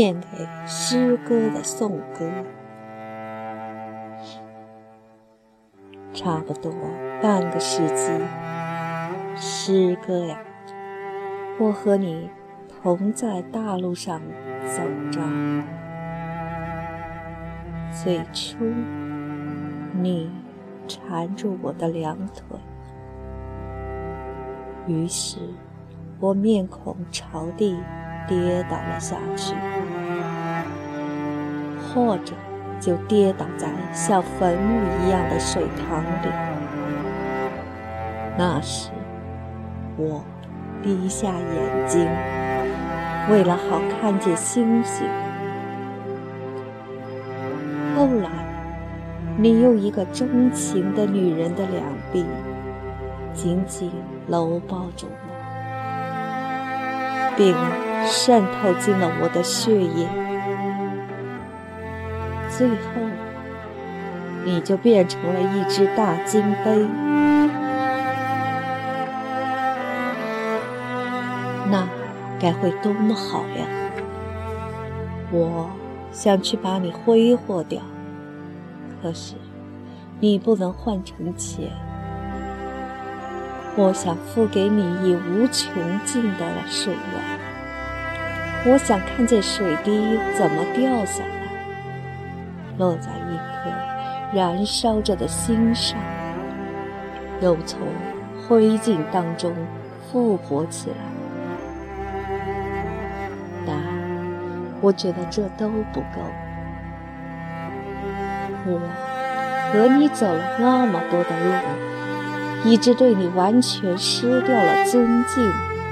念给诗歌的颂歌。差不多半个世纪，诗歌呀，我和你同在大路上走着。最初，你缠住我的两腿，于是我面孔朝地跌倒了下去，或者就跌倒在像坟墓一样的水塘里。那时我闭下眼睛，为了好看见星星。后来你用一个钟情的女人的两臂紧紧搂抱着我，并渗透进了我的血液。最后你就变成了一只大金杯，那该会多么好呀！我想去把你挥霍掉，可是你不能换成钱。我想付给你以无穷尽的水源，我想看见水滴怎么掉下来，落在一颗燃烧着的心上，又从灰烬当中复活起来。但我觉得这都不够。我和你走了那么多的路，以致对你完全失掉了尊敬。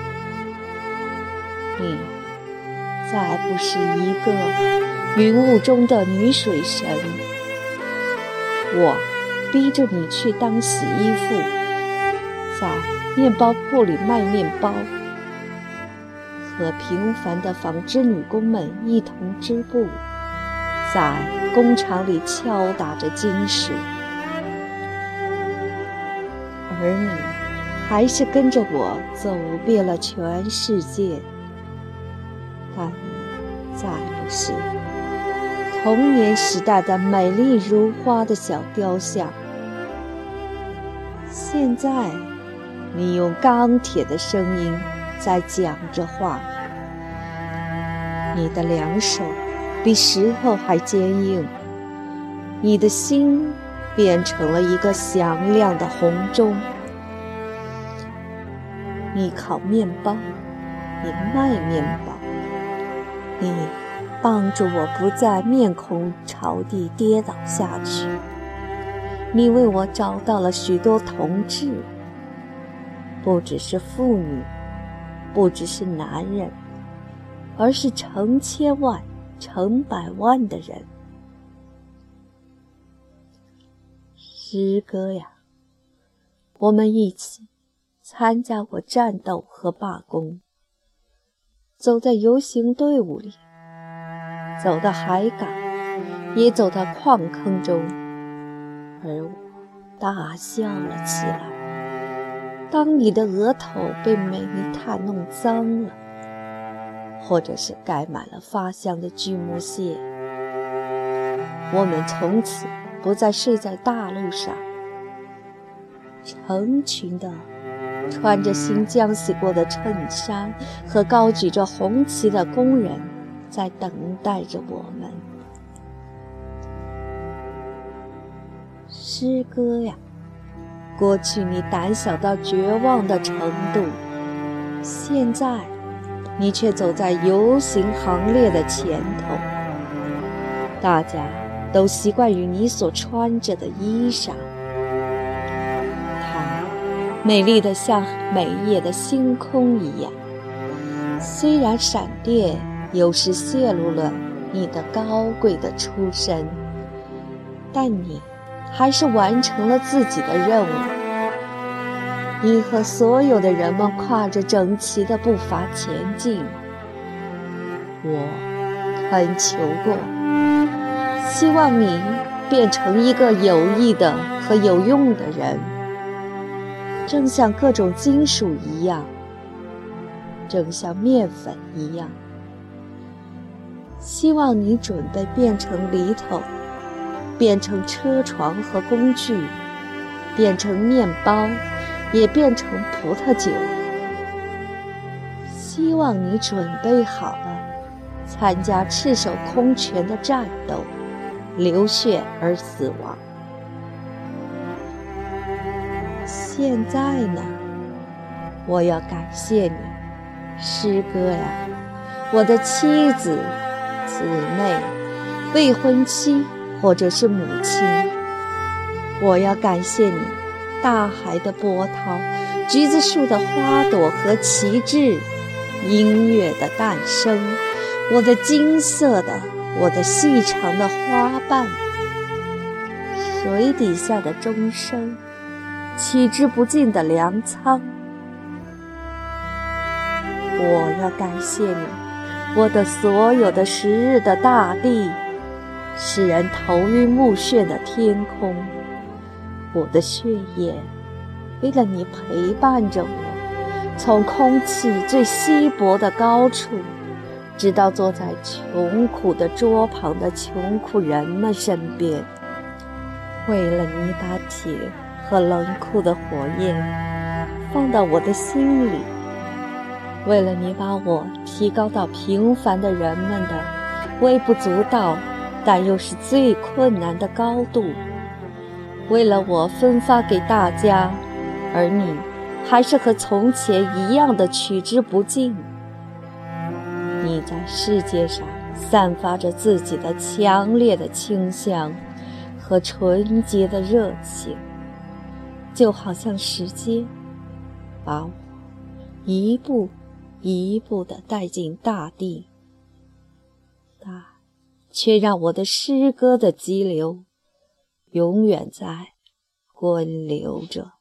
你再不是一个云雾中的女水神。我逼着你去当洗衣服，在面包铺里卖面包，和平凡的纺织女工们一同织布，在工厂里敲打着金属。而你还是跟着我走遍了全世界，但你再不是童年时代的美丽如花的小雕像。现在你用钢铁的声音在讲着话，你的两手比石头还坚硬，你的心变成了一个响亮的红钟。你烤面包，你卖面包，你帮助我不再面孔朝地跌倒下去，你为我找到了许多同志，不只是妇女，不只是男人，而是成千万、成百万的人。诗歌呀，我们一起参加过战斗和罢工，走在游行队伍里，走到海港，也走到矿坑中，而我大笑了起来。当你的额头被煤炭弄脏了，或者是盖满了发香的锯木屑，我们从此不再睡在大路上，成群的穿着新浆洗过的衬衫和高举着红旗的工人在等待着我们。诗歌呀，过去你胆小到绝望的程度，现在你却走在游行行列的前头。大家都习惯于你所穿着的衣裳，它美丽的像每夜的星空一样。虽然闪电有时泄露了你的高贵的出身，但你还是完成了自己的任务。你和所有的人们跨着整齐的步伐前进。我恳求过，希望你变成一个有益的和有用的人，正像各种金属一样，正像面粉一样。 希望你准备变成犁头，变成车床和工具，变成面包，也变成葡萄酒。希望你准备好了，参加赤手空拳的战斗，流血而死亡。现在呢，我要感谢你，诗歌呀，我的妻子、姊妹、未婚妻或者是母亲。我要感谢你，大海的波涛，橘子树的花朵和旗帜，音乐的诞生，我的金色的，我的细长的花瓣，水底下的钟声，取之不尽的粮仓。我要感谢你，我的所有的时日的大地，使人头晕目眩的天空，我的血液为了你陪伴着我，从空气最稀薄的高处，直到坐在穷苦的桌旁的穷苦人们身边。为了你把铁和冷酷的火焰放到我的心里，为了你把我提高到平凡的人们的微不足道但又是最困难的高度，为了我分发给大家，而你还是和从前一样的取之不尽。你在世界上散发着自己的强烈的清香和纯洁的热情，就好像时间把我一步一步地带进大地，但却让我的诗歌的激流永远在滚流着。